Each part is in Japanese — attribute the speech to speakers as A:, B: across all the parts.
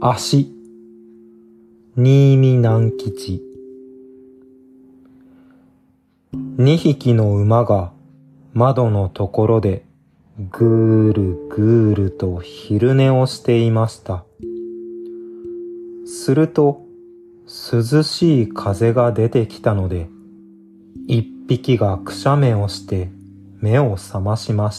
A: 足、新見南吉。二匹の馬が窓のところでぐーるぐーると昼寝をしていました。すると涼しい風が出てきたので、一匹がくしゃみをして目を覚ましました。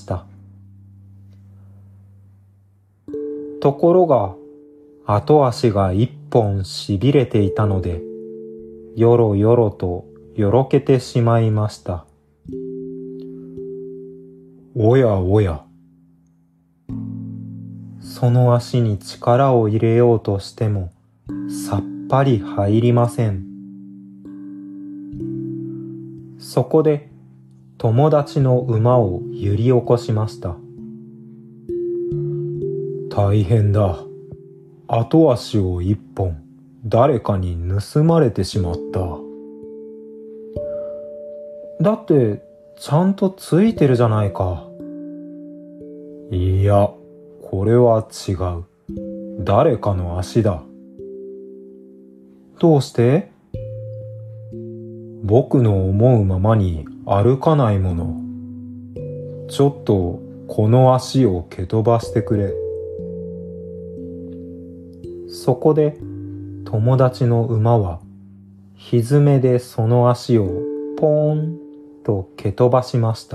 A: ところが後足が一本しびれていたので、よろよろとよろけてしまいました。おやおや。その足に力を入れようとしてもさっぱり入りません。そこで友達の馬を揺り起こしました。大変だ。後足を一本誰かに盗まれてしまった。だってちゃんとついてるじゃないか。いや、これは違う。誰かの足だ。どうして？僕の思うままに歩かないもの。ちょっとこの足を蹴飛ばしてくれ。そこで友達の馬は蹄でその足をポーンと蹴飛ばしました。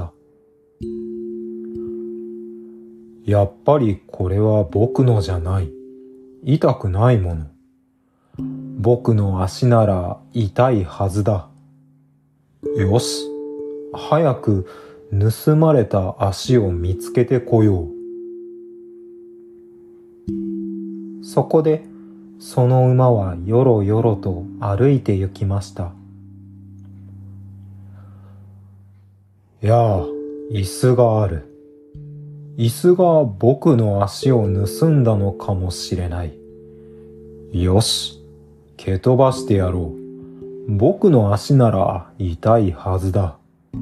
A: やっぱりこれは僕のじゃない。痛くないもの。僕の足なら痛いはずだ。よし、早く盗まれた足を見つけてこよう。そこでその馬はよろよろと歩いて行きました。やあ、椅子がある。椅子が僕の足を盗んだのかもしれない。よし、蹴飛ばしてやろう。僕の足なら痛いはずだ。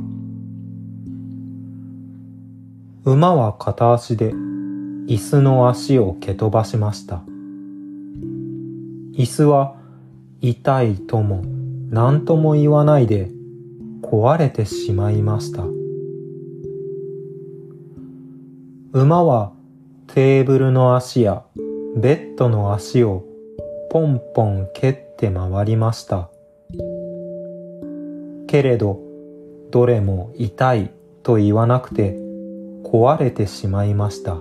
A: 馬は片足で椅子の足を蹴飛ばしました。椅子は痛いとも何とも言わないで壊れてしまいました。馬はテーブルの足やベッドの足をポンポン蹴って回りました。けれどどれも痛いと言わなくて壊れてしまいました。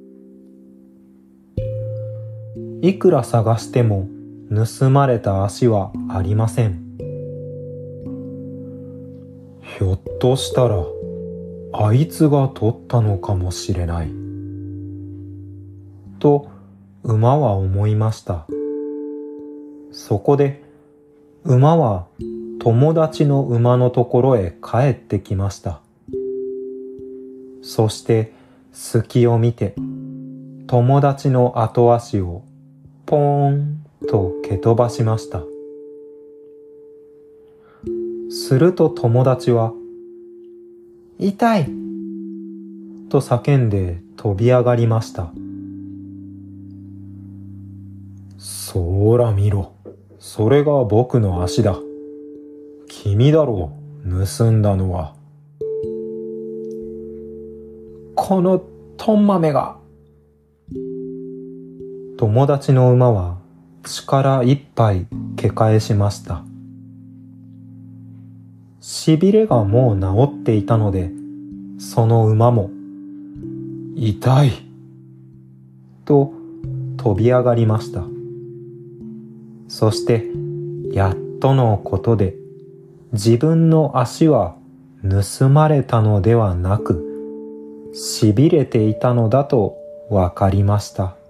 A: いくら探しても盗まれた足はありません。ひょっとしたらあいつが取ったのかもしれない。と馬は思いました。そこで馬は友達の馬のところへ帰ってきました。そして隙を見て友達の後足をポーンと蹴飛ばしました。すると友達は痛いと叫んで飛び上がりました。そら見ろ、それが僕の足だ。君だろう、盗んだのは。このトンマメが。友達の馬は力いっぱい蹴返しました。しびれがもう治っていたので、その馬も痛いと飛び上がりました。そしてやっとのことで自分の足は盗まれたのではなく、しびれていたのだとわかりました。